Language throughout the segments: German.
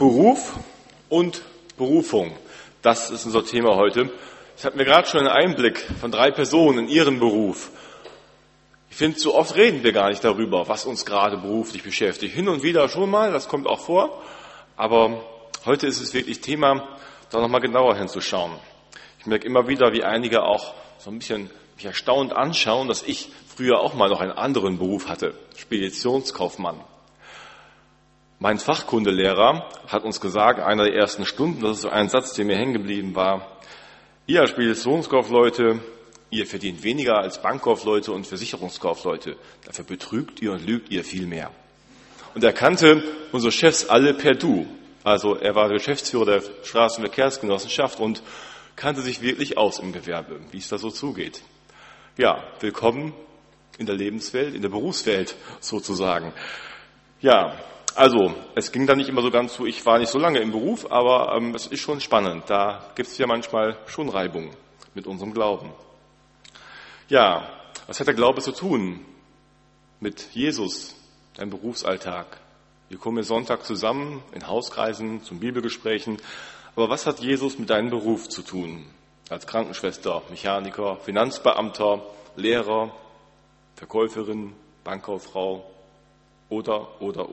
Beruf und Berufung, das ist unser Thema heute. Ich hatte mir gerade schon einen Einblick von 3 Personen in ihren Beruf. Ich finde, so oft reden wir gar nicht darüber, was uns gerade beruflich beschäftigt. Hin und wieder schon mal, das kommt auch vor. Aber heute ist es wirklich Thema, da nochmal genauer hinzuschauen. Ich merke immer wieder, wie einige auch so ein bisschen mich erstaunt anschauen, dass ich früher auch mal noch einen anderen Beruf hatte, Speditionskaufmann. Mein Fachkundelehrer hat uns gesagt, einer der ersten Stunden, das ist so ein Satz, der mir hängen geblieben war: Ihr als Speditionskaufleute, ihr verdient weniger als Bankkaufleute und Versicherungskaufleute. Dafür betrügt ihr und lügt ihr viel mehr. Und er kannte unsere Chefs alle per Du. Also er war der Geschäftsführer der Straßenverkehrsgenossenschaft und kannte sich wirklich aus im Gewerbe, wie es da so zugeht. Ja, willkommen in der Lebenswelt, in der Berufswelt sozusagen. Ja, also es ging da nicht immer so ganz zu, ich war nicht so lange im Beruf, aber es ist schon spannend. Da gibt es ja manchmal schon Reibung mit unserem Glauben. Ja, was hat der Glaube zu tun mit Jesus, deinem Berufsalltag? Wir kommen hier Sonntag zusammen in Hauskreisen, zu Bibelgesprächen. Aber was hat Jesus mit deinem Beruf zu tun? Als Krankenschwester, Mechaniker, Finanzbeamter, Lehrer, Verkäuferin, Bankkauffrau oder.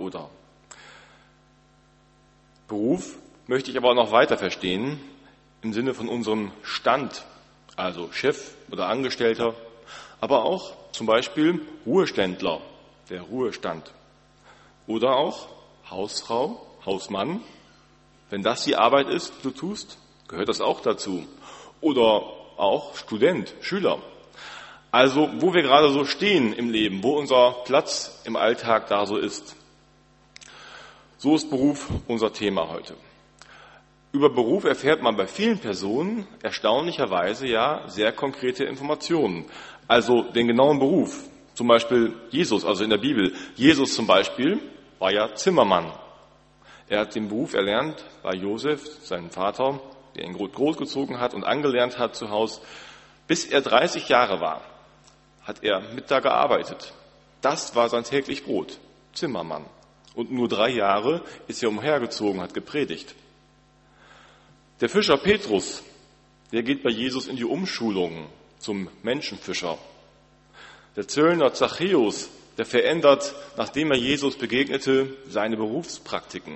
Beruf möchte ich aber auch noch weiter verstehen, im Sinne von unserem Stand, also Chef oder Angestellter, aber auch zum Beispiel Ruheständler, der Ruhestand. Oder auch Hausfrau, Hausmann. Wenn das die Arbeit ist, die du tust, gehört das auch dazu. Oder auch Student, Schüler. Also wo wir gerade so stehen im Leben, wo unser Platz im Alltag da so ist. So ist Beruf unser Thema heute. Über Beruf erfährt man bei vielen Personen erstaunlicherweise ja sehr konkrete Informationen. Also den genauen Beruf. Zum Beispiel Jesus, also in der Bibel. Jesus zum Beispiel war ja Zimmermann. Er hat den Beruf erlernt bei Josef, seinem Vater, der ihn großgezogen hat und angelernt hat zu Hause. Bis er 30 Jahre war, hat er mit da gearbeitet. Das war sein täglich Brot, Zimmermann. Und nur 3 Jahre ist er umhergezogen, hat gepredigt. Der Fischer Petrus, der geht bei Jesus in die Umschulung zum Menschenfischer. Der Zöllner Zachäus, der verändert, nachdem er Jesus begegnete, seine Berufspraktiken.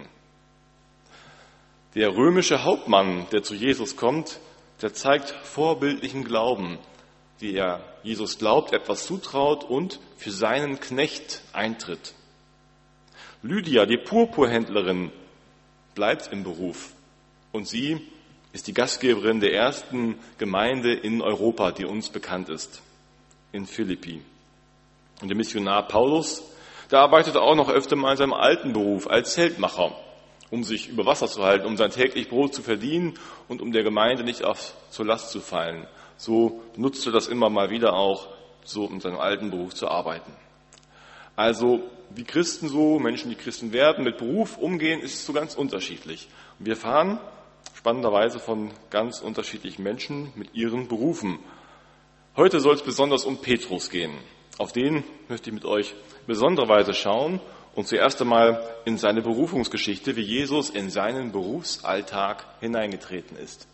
Der römische Hauptmann, der zu Jesus kommt, der zeigt vorbildlichen Glauben, wie er Jesus glaubt, etwas zutraut und für seinen Knecht eintritt. Lydia, die Purpurhändlerin, bleibt im Beruf und sie ist die Gastgeberin der ersten Gemeinde in Europa, die uns bekannt ist, in Philippi. Und der Missionar Paulus, der arbeitete auch noch öfter mal in seinem alten Beruf als Zeltmacher, um sich über Wasser zu halten, um sein täglich Brot zu verdienen und um der Gemeinde nicht zur Last zu fallen. So nutzte das immer mal wieder auch, so in seinem alten Beruf zu arbeiten. Also wie Christen so, Menschen, die Christen werden, mit Beruf umgehen, ist so ganz unterschiedlich. Und wir erfahren spannenderweise von ganz unterschiedlichen Menschen mit ihren Berufen. Heute soll es besonders um Petrus gehen. Auf den möchte ich mit euch in besonderer Weise schauen und zuerst einmal in seine Berufungsgeschichte, wie Jesus in seinen Berufsalltag hineingetreten ist.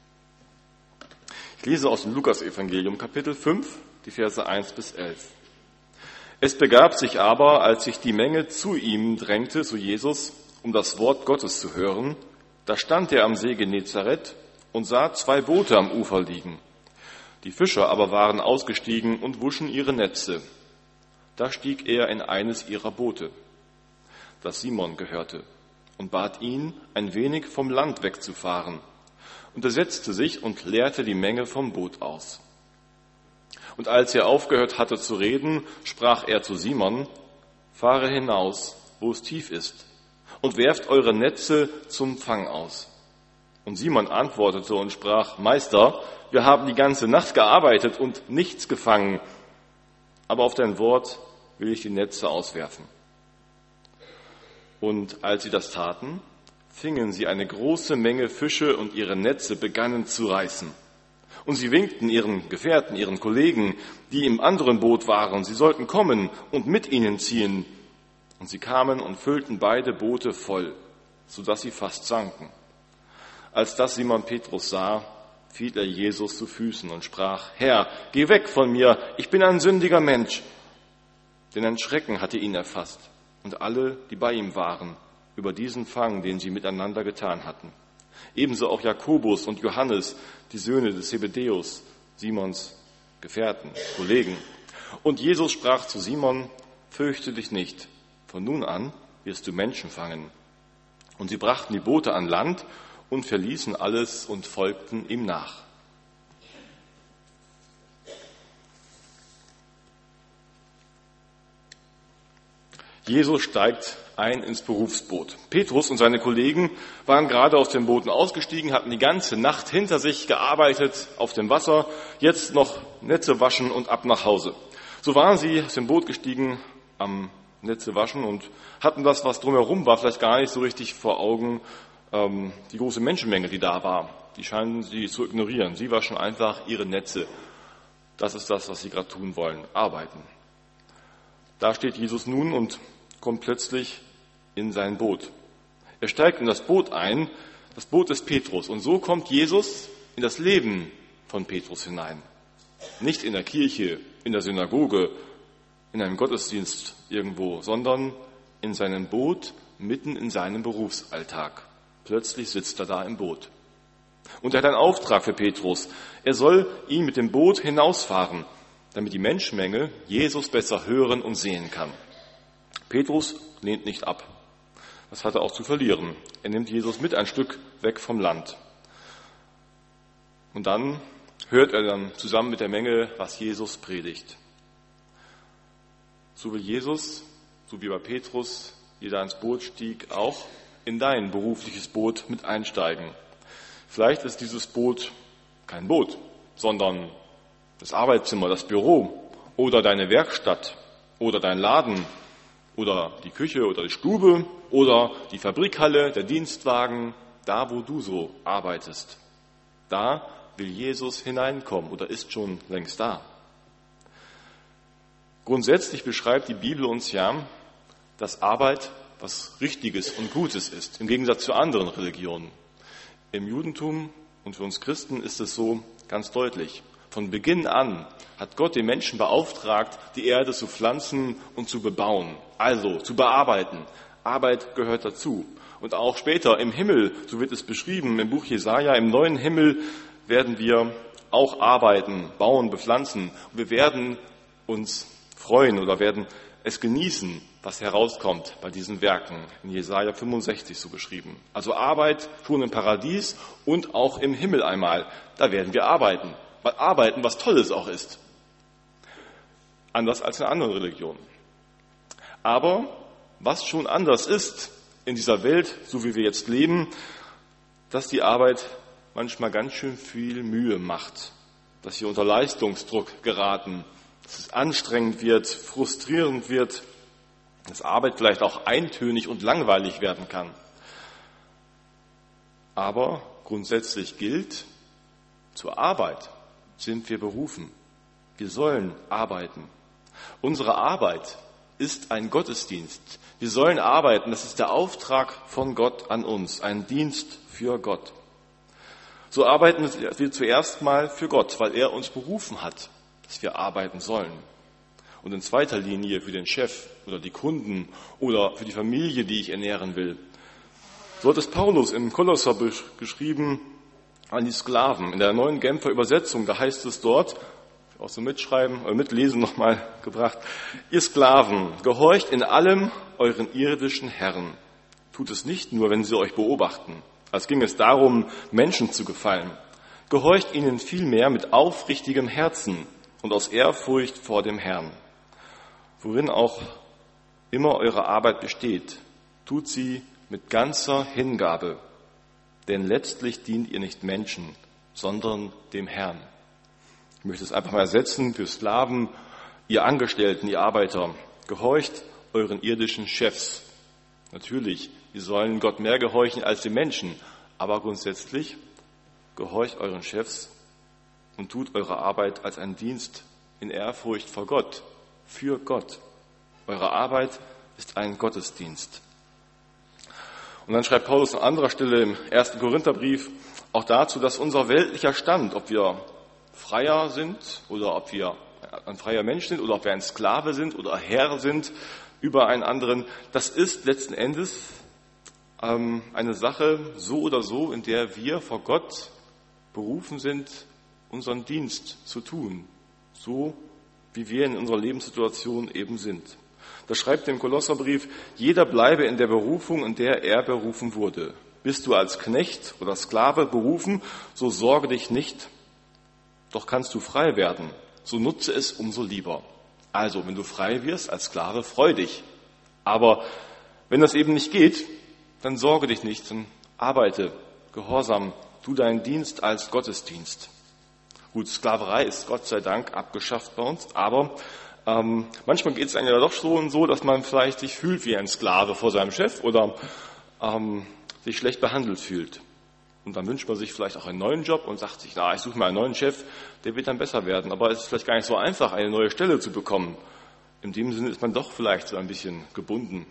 Ich lese aus dem Lukas-Evangelium, Kapitel 5, die Verse 1 bis 11. Es begab sich aber, als sich die Menge zu ihm drängte, zu Jesus, um das Wort Gottes zu hören, da stand er am See Genezareth und sah 2 Boote am Ufer liegen. Die Fischer aber waren ausgestiegen und wuschen ihre Netze. Da stieg er in eines ihrer Boote, das Simon gehörte, und bat ihn, ein wenig vom Land wegzufahren. Und er setzte sich und leerte die Menge vom Boot aus. Und als er aufgehört hatte zu reden, sprach er zu Simon: Fahre hinaus, wo es tief ist, und werft eure Netze zum Fang aus. Und Simon antwortete und sprach: Meister, wir haben die ganze Nacht gearbeitet und nichts gefangen, aber auf dein Wort will ich die Netze auswerfen. Und als sie das taten, fingen sie eine große Menge Fische und ihre Netze begannen zu reißen. Und sie winkten ihren Gefährten, ihren Kollegen, die im anderen Boot waren, sie sollten kommen und mit ihnen ziehen. Und sie kamen und füllten beide Boote voll, sodass sie fast sanken. Als das Simon Petrus sah, fiel er Jesus zu Füßen und sprach: Herr, geh weg von mir, ich bin ein sündiger Mensch. Denn ein Schrecken hatte ihn erfasst und alle, die bei ihm waren, über diesen Fang, den sie miteinander getan hatten. Ebenso auch Jakobus und Johannes, die Söhne des Zebedäus, Simons Gefährten, Kollegen. Und Jesus sprach zu Simon: Fürchte dich nicht, von nun an wirst du Menschen fangen. Und sie brachten die Boote an Land und verließen alles und folgten ihm nach. Jesus steigt ein ins Berufsboot. Petrus und seine Kollegen waren gerade aus den Booten ausgestiegen, hatten die ganze Nacht hinter sich gearbeitet auf dem Wasser, jetzt noch Netze waschen und ab nach Hause. So waren sie aus dem Boot gestiegen am Netze waschen und hatten das, was drumherum war, vielleicht gar nicht so richtig vor Augen, die große Menschenmenge, die da war. Die scheinen sie zu ignorieren. Sie waschen einfach ihre Netze. Das ist das, was sie gerade tun wollen, arbeiten. Da steht Jesus nun und kommt plötzlich in sein Boot. Er steigt in das Boot ein, das Boot des Petrus. Und so kommt Jesus in das Leben von Petrus hinein. Nicht in der Kirche, in der Synagoge, in einem Gottesdienst irgendwo, sondern in seinem Boot, mitten in seinem Berufsalltag. Plötzlich sitzt er da im Boot. Und er hat einen Auftrag für Petrus. Er soll ihn mit dem Boot hinausfahren, damit die Menschenmenge Jesus besser hören und sehen kann. Petrus lehnt nicht ab. Das hat er auch zu verlieren. Er nimmt Jesus mit ein Stück weg vom Land. Und dann hört er dann zusammen mit der Menge, was Jesus predigt. So will Jesus, so wie bei Petrus, jeder ins Boot stieg, auch in dein berufliches Boot mit einsteigen. Vielleicht ist dieses Boot kein Boot, sondern das Arbeitszimmer, das Büro oder deine Werkstatt oder dein Laden oder die Küche oder die Stube oder die Fabrikhalle, der Dienstwagen, da wo du so arbeitest. Da will Jesus hineinkommen oder ist schon längst da. Grundsätzlich beschreibt die Bibel uns ja, dass Arbeit was Richtiges und Gutes ist, im Gegensatz zu anderen Religionen. Im Judentum und für uns Christen ist es so ganz deutlich. Von Beginn an hat Gott den Menschen beauftragt, die Erde zu pflanzen und zu bebauen, also zu bearbeiten. Arbeit gehört dazu. Und auch später im Himmel, so wird es beschrieben im Buch Jesaja, im neuen Himmel werden wir auch arbeiten, bauen, bepflanzen. Und wir werden uns freuen oder werden es genießen, was herauskommt bei diesen Werken. In Jesaja 65 so beschrieben. Also Arbeit schon im Paradies und auch im Himmel einmal. Da werden wir arbeiten. Arbeiten, was Tolles auch ist. Anders als in anderen Religionen. Aber was schon anders ist in dieser Welt, so wie wir jetzt leben, dass die Arbeit manchmal ganz schön viel Mühe macht. Dass wir unter Leistungsdruck geraten. Dass es anstrengend wird, frustrierend wird. Dass Arbeit vielleicht auch eintönig und langweilig werden kann. Aber grundsätzlich gilt, zur Arbeit sind wir berufen. Wir sollen arbeiten. Unsere Arbeit ist ein Gottesdienst. Wir sollen arbeiten. Das ist der Auftrag von Gott an uns. Ein Dienst für Gott. So arbeiten wir zuerst mal für Gott, weil er uns berufen hat, dass wir arbeiten sollen. Und in zweiter Linie für den Chef oder die Kunden oder für die Familie, die ich ernähren will. So hat es Paulus im Kolosser geschrieben an die Sklaven. In der neuen Genfer Übersetzung, da heißt es dort, auch so mitschreiben oder mitlesen nochmal gebracht: Ihr Sklaven, gehorcht in allem euren irdischen Herren. Tut es nicht nur, wenn sie euch beobachten, als ging es darum, Menschen zu gefallen. Gehorcht ihnen vielmehr mit aufrichtigem Herzen und aus Ehrfurcht vor dem Herrn. Worin auch immer eure Arbeit besteht, tut sie mit ganzer Hingabe. Denn letztlich dient ihr nicht Menschen, sondern dem Herrn. Ich möchte es einfach mal ersetzen für Sklaven, ihr Angestellten, ihr Arbeiter. Gehorcht euren irdischen Chefs. Natürlich, ihr sollen Gott mehr gehorchen als den Menschen. Aber grundsätzlich, gehorcht euren Chefs und tut eure Arbeit als einen Dienst in Ehrfurcht vor Gott, für Gott. Eure Arbeit ist ein Gottesdienst. Und dann schreibt Paulus an anderer Stelle im 1. Korintherbrief auch dazu, dass unser weltlicher Stand, ob wir Freier sind oder ob wir ein freier Mensch sind oder ob wir ein Sklave sind oder Herr sind über einen anderen, das ist letzten Endes eine Sache so oder so, in der wir vor Gott berufen sind, unseren Dienst zu tun, so wie wir in unserer Lebenssituation eben sind. Da schreibt im Kolosserbrief, jeder bleibe in der Berufung, in der er berufen wurde. Bist du als Knecht oder Sklave berufen, so sorge dich nicht, doch kannst du frei werden, so nutze es umso lieber. Also, wenn du frei wirst als Sklave, freu dich. Aber wenn das eben nicht geht, dann sorge dich nicht, dann arbeite gehorsam, tu deinen Dienst als Gottesdienst. Gut, Sklaverei ist Gott sei Dank abgeschafft bei uns, aber manchmal geht es einem ja doch so, dass man vielleicht sich fühlt wie ein Sklave vor seinem Chef oder sich schlecht behandelt fühlt. Und dann wünscht man sich vielleicht auch einen neuen Job und sagt sich, ich suche mal einen neuen Chef, der wird dann besser werden. Aber es ist vielleicht gar nicht so einfach, eine neue Stelle zu bekommen. In dem Sinne ist man doch vielleicht so ein bisschen gebunden.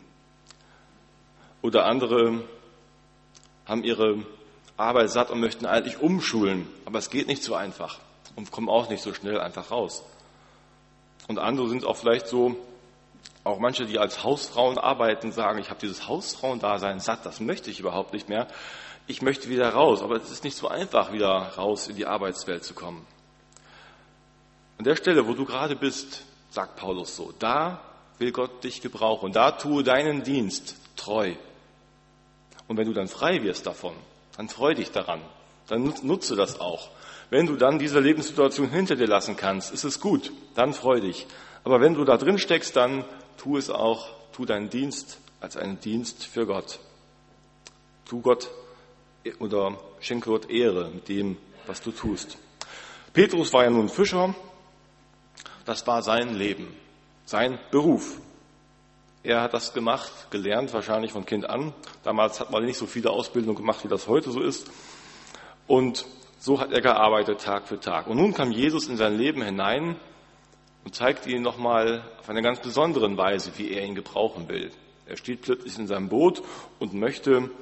Oder andere haben ihre Arbeit satt und möchten eigentlich umschulen, aber es geht nicht so einfach und kommen auch nicht so schnell einfach raus. Und andere sind auch vielleicht so, auch manche, die als Hausfrauen arbeiten, sagen, ich habe dieses Hausfrauendasein satt, das möchte ich überhaupt nicht mehr. Ich möchte wieder raus, aber es ist nicht so einfach, wieder raus in die Arbeitswelt zu kommen. An der Stelle, wo du gerade bist, sagt Paulus so, da will Gott dich gebrauchen, da tue deinen Dienst treu. Und wenn du dann frei wirst davon, dann freu dich daran, dann nutze das auch. Wenn du dann diese Lebenssituation hinter dir lassen kannst, ist es gut, dann freu dich. Aber wenn du da drin steckst, dann tu es auch, tu deinen Dienst als einen Dienst für Gott. Tu Gott oder schenke Gott Ehre mit dem, was du tust. Petrus war ja nun Fischer, das war sein Leben, sein Beruf. Er hat das gemacht, gelernt wahrscheinlich von Kind an. Damals hat man nicht so viele Ausbildungen gemacht, wie das heute so ist. Und so hat er gearbeitet Tag für Tag. Und nun kam Jesus in sein Leben hinein und zeigt ihm nochmal auf eine ganz besondere Weise, wie er ihn gebrauchen will. Er steht plötzlich in seinem Boot und möchte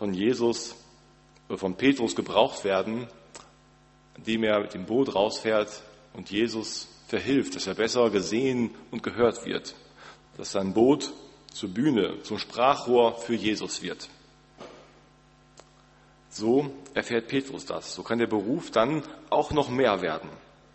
von Petrus gebraucht werden, indem er mit dem Boot rausfährt und Jesus verhilft, dass er besser gesehen und gehört wird. Dass sein Boot zur Bühne, zum Sprachrohr für Jesus wird. So erfährt Petrus das. So kann der Beruf dann auch noch mehr werden.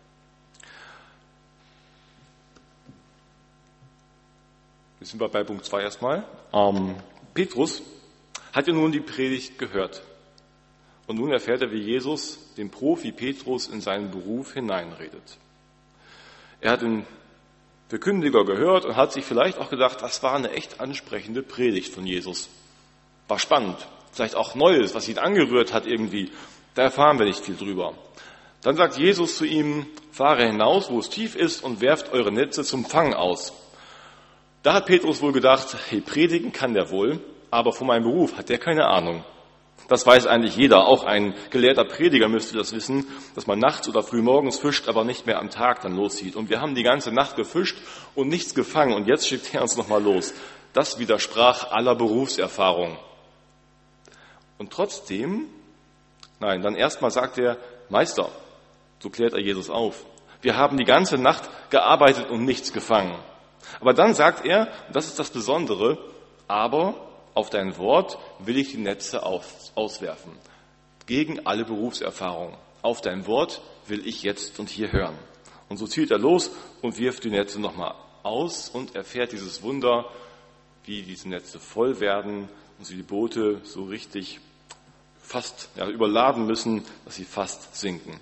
Jetzt sind wir bei Punkt 2 erstmal. Petrus hat ja nun die Predigt gehört. Und nun erfährt er, wie Jesus den Profi Petrus in seinen Beruf hineinredet. Er hat den Verkündiger gehört und hat sich vielleicht auch gedacht, das war eine echt ansprechende Predigt von Jesus. War spannend, vielleicht auch Neues, was ihn angerührt hat irgendwie. Da erfahren wir nicht viel drüber. Dann sagt Jesus zu ihm, fahre hinaus, wo es tief ist und werft eure Netze zum Fang aus. Da hat Petrus wohl gedacht, hey, predigen kann der wohl, aber von meinem Beruf hat der keine Ahnung. Das weiß eigentlich jeder, auch ein gelehrter Prediger müsste das wissen, dass man nachts oder frühmorgens fischt, aber nicht mehr am Tag dann loszieht. Und wir haben die ganze Nacht gefischt und nichts gefangen und jetzt schickt er uns nochmal los. Das widersprach aller Berufserfahrung. Und trotzdem, dann erstmal sagt er, Meister, so klärt er Jesus auf. Wir haben die ganze Nacht gearbeitet und nichts gefangen. Aber dann sagt er, und das ist das Besondere, aber auf dein Wort will ich die Netze auswerfen. Gegen alle Berufserfahrung. Auf dein Wort will ich jetzt und hier hören. Und so zieht er los und wirft die Netze nochmal aus und erfährt dieses Wunder, wie diese Netze voll werden und sie die Boote so richtig fast überladen müssen, dass sie fast sinken.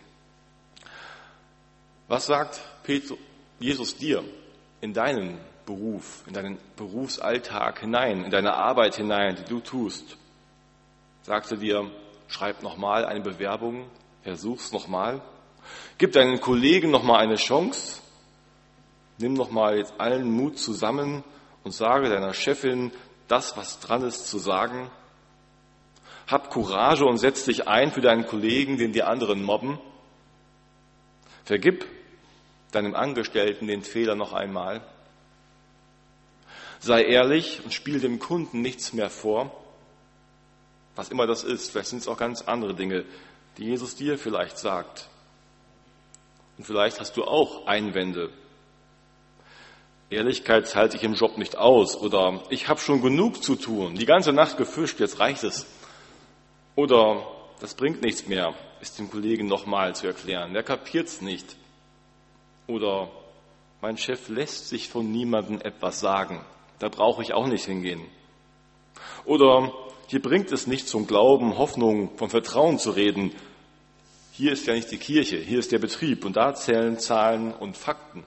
Was sagt Jesus dir in deinen Beruf, in deinen Berufsalltag hinein, in deine Arbeit hinein, die du tust? Sagt er dir, schreib nochmal eine Bewerbung, versuch's nochmal, gib deinen Kollegen nochmal eine Chance, nimm nochmal jetzt allen Mut zusammen und sage deiner Chefin das, was dran ist zu sagen. Hab Courage und setz dich ein für deinen Kollegen, den die anderen mobben. Vergib deinem Angestellten den Fehler noch einmal. Sei ehrlich und spiel dem Kunden nichts mehr vor. Was immer das ist, vielleicht sind es auch ganz andere Dinge, die Jesus dir vielleicht sagt. Und vielleicht hast du auch Einwände. Ehrlichkeit zahlt sich im Job nicht aus oder ich habe schon genug zu tun, die ganze Nacht gefischt, jetzt reicht es. Oder das bringt nichts mehr, es dem Kollegen nochmal zu erklären, der kapiert's nicht. Oder mein Chef lässt sich von niemandem etwas sagen, da brauche ich auch nicht hingehen. Oder hier bringt es nicht zum Glauben, Hoffnung, vom Vertrauen zu reden. Hier ist ja nicht die Kirche, hier ist der Betrieb und da zählen Zahlen und Fakten.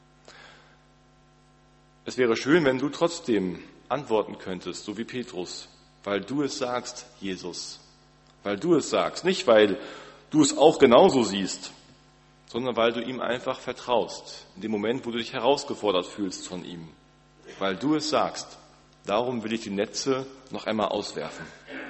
Es wäre schön, wenn du trotzdem antworten könntest, so wie Petrus, weil du es sagst, Jesus. Weil du es sagst, nicht weil du es auch genauso siehst, sondern weil du ihm einfach vertraust, in dem Moment, wo du dich herausgefordert fühlst von ihm. Weil du es sagst, darum will ich die Netze noch einmal auswerfen.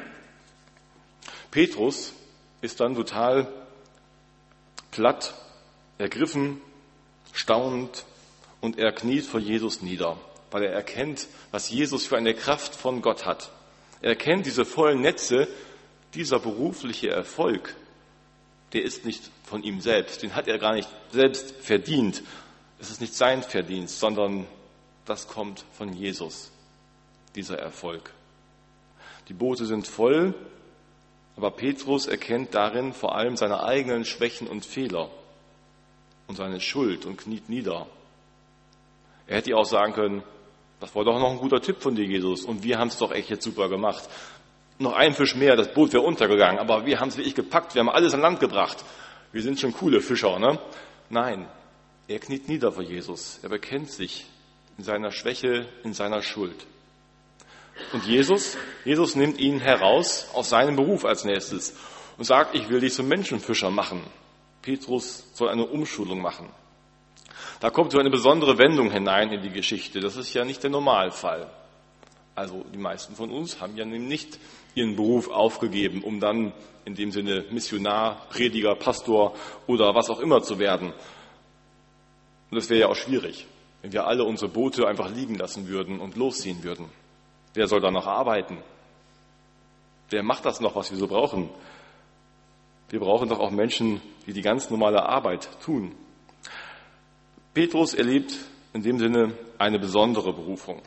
Petrus ist dann total platt, ergriffen, staunend und er kniet vor Jesus nieder, weil er erkennt, was Jesus für eine Kraft von Gott hat. Er erkennt diese vollen Netze, dieser berufliche Erfolg, der ist nicht von ihm selbst, den hat er gar nicht selbst verdient. Es ist nicht sein Verdienst, sondern das kommt von Jesus, dieser Erfolg. Die Boote sind voll, aber Petrus erkennt darin vor allem seine eigenen Schwächen und Fehler und seine Schuld und kniet nieder. Er hätte auch sagen können, das war doch noch ein guter Tipp von dir, Jesus, und wir haben es doch echt jetzt super gemacht. Noch ein Fisch mehr, das Boot wäre untergegangen, aber wir haben es wirklich gepackt, wir haben alles an Land gebracht. Wir sind schon coole Fischer, ne? Nein, er kniet nieder vor Jesus, er bekennt sich in seiner Schwäche, in seiner Schuld. Und Jesus nimmt ihn heraus aus seinem Beruf als nächstes und sagt, ich will dich zum Menschenfischer machen. Petrus soll eine Umschulung machen. Da kommt so eine besondere Wendung hinein in die Geschichte. Das ist ja nicht der Normalfall. Also die meisten von uns haben ja nicht ihren Beruf aufgegeben, um dann in dem Sinne Missionar, Prediger, Pastor oder was auch immer zu werden. Und das wäre ja auch schwierig, wenn wir alle unsere Boote einfach liegen lassen würden und losziehen würden. Wer soll da noch arbeiten? Wer macht das noch, was wir so brauchen? Wir brauchen doch auch Menschen, die die ganz normale Arbeit tun. Petrus erlebt in dem Sinne eine besondere Berufung.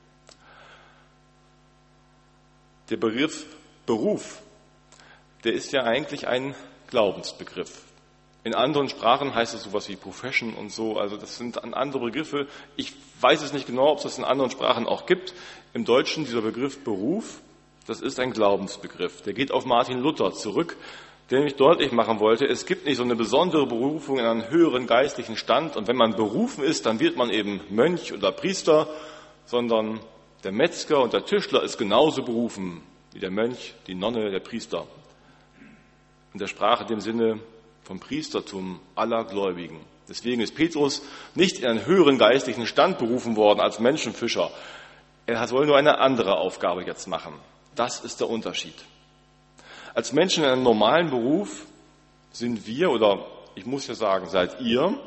Der Begriff Beruf, der ist ja eigentlich ein Glaubensbegriff. In anderen Sprachen heißt es sowas wie Profession und so, also das sind andere Begriffe. Ich weiß es nicht genau, ob es das in anderen Sprachen auch gibt. Im Deutschen dieser Begriff Beruf, das ist ein Glaubensbegriff. Der geht auf Martin Luther zurück, der nämlich deutlich machen wollte, es gibt nicht so eine besondere Berufung in einen höheren geistlichen Stand und wenn man berufen ist, dann wird man eben Mönch oder Priester, sondern der Metzger und der Tischler ist genauso berufen wie der Mönch, die Nonne, der Priester. In der Sprache in dem Sinne vom Priestertum aller Gläubigen. Deswegen ist Petrus nicht in einen höheren geistlichen Stand berufen worden als Menschenfischer. Er soll nur eine andere Aufgabe jetzt machen. Das ist der Unterschied. Als Menschen in einem normalen Beruf sind wir, oder ich muss ja sagen, seid ihr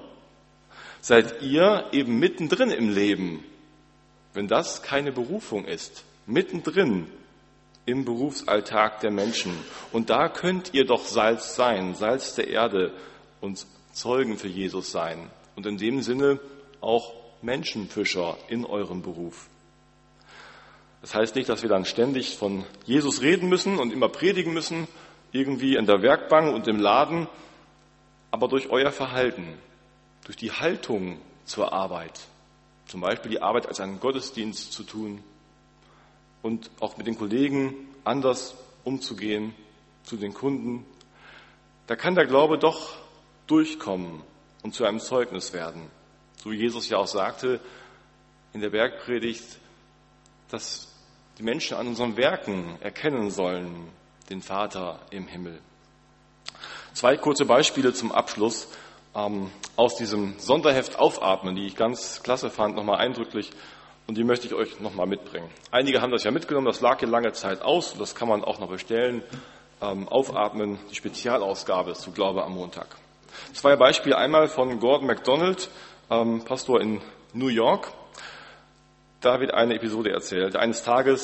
eben mittendrin im Leben. Wenn das keine Berufung ist, mittendrin im Berufsalltag der Menschen. Und da könnt ihr doch Salz sein, Salz der Erde und Zeugen für Jesus sein. Und in dem Sinne auch Menschenfischer in eurem Beruf. Das heißt nicht, dass wir dann ständig von Jesus reden müssen und immer predigen müssen, irgendwie in der Werkbank und im Laden, aber durch euer Verhalten, durch die Haltung zur Arbeit, zum Beispiel die Arbeit als einen Gottesdienst zu tun und auch mit den Kollegen anders umzugehen, zu den Kunden, da kann der Glaube doch durchkommen und zu einem Zeugnis werden. So wie Jesus ja auch sagte in der Bergpredigt, dass die Menschen an unseren Werken erkennen sollen, den Vater im Himmel. 2 kurze Beispiele zum Abschluss aus diesem Sonderheft Aufatmen, die ich ganz klasse fand, nochmal eindrücklich, und die möchte ich euch nochmal mitbringen. Einige haben das ja mitgenommen, das lag hier lange Zeit aus, das kann man auch noch bestellen. Aufatmen, die Spezialausgabe zu Glaube am Montag. 2 Beispiele, einmal von Gordon MacDonald, Pastor in New York. Da wird eine Episode erzählt. Eines Tages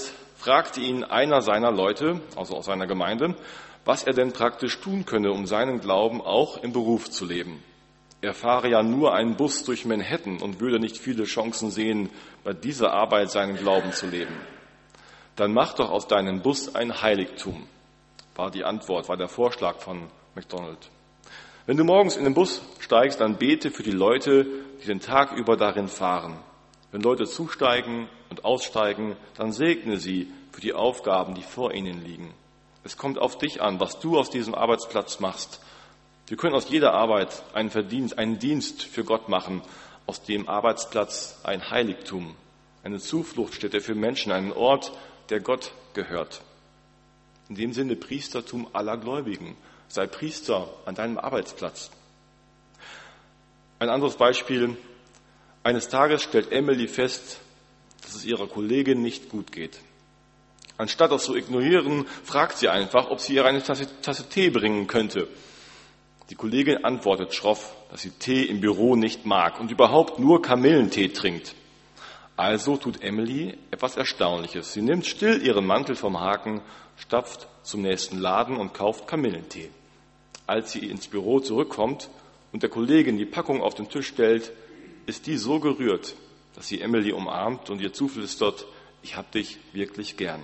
fragte ihn einer seiner Leute, also aus seiner Gemeinde, was er denn praktisch tun könne, um seinen Glauben auch im Beruf zu leben. Er fahre ja nur einen Bus durch Manhattan und würde nicht viele Chancen sehen, bei dieser Arbeit seinen Glauben zu leben. Dann mach doch aus deinem Bus ein Heiligtum, war die Antwort, war der Vorschlag von McDonald. Wenn du morgens in den Bus steigst, dann bete für die Leute, die den Tag über darin fahren. Wenn Leute zusteigen und aussteigen, dann segne sie für die Aufgaben, die vor ihnen liegen. Es kommt auf dich an, was du aus diesem Arbeitsplatz machst. Wir können aus jeder Arbeit einen Dienst für Gott machen, aus dem Arbeitsplatz ein Heiligtum, eine Zufluchtsstätte für Menschen, einen Ort, der Gott gehört. In dem Sinne Priestertum aller Gläubigen. Sei Priester an deinem Arbeitsplatz. Ein anderes Beispiel. Eines Tages stellt Emily fest, dass es ihrer Kollegin nicht gut geht. Anstatt das zu ignorieren, fragt sie einfach, ob sie ihr eine Tasse Tee bringen könnte. Die Kollegin antwortet schroff, dass sie Tee im Büro nicht mag und überhaupt nur Kamillentee trinkt. Also tut Emily etwas Erstaunliches. Sie nimmt still ihren Mantel vom Haken, stapft zum nächsten Laden und kauft Kamillentee. Als sie ins Büro zurückkommt und der Kollegin die Packung auf den Tisch stellt, ist die so gerührt, dass sie Emily umarmt und ihr zuflüstert, ich hab dich wirklich gern.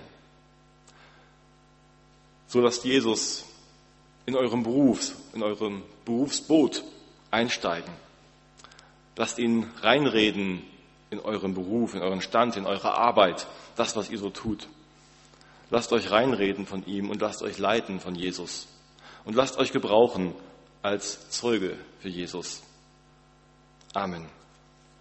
So lasst Jesus in eurem Berufsboot einsteigen. Lasst ihn reinreden in euren Beruf, in euren Stand, in eure Arbeit, das, was ihr so tut. Lasst euch reinreden von ihm und lasst euch leiten von Jesus. Und lasst euch gebrauchen als Zeuge für Jesus. Amen.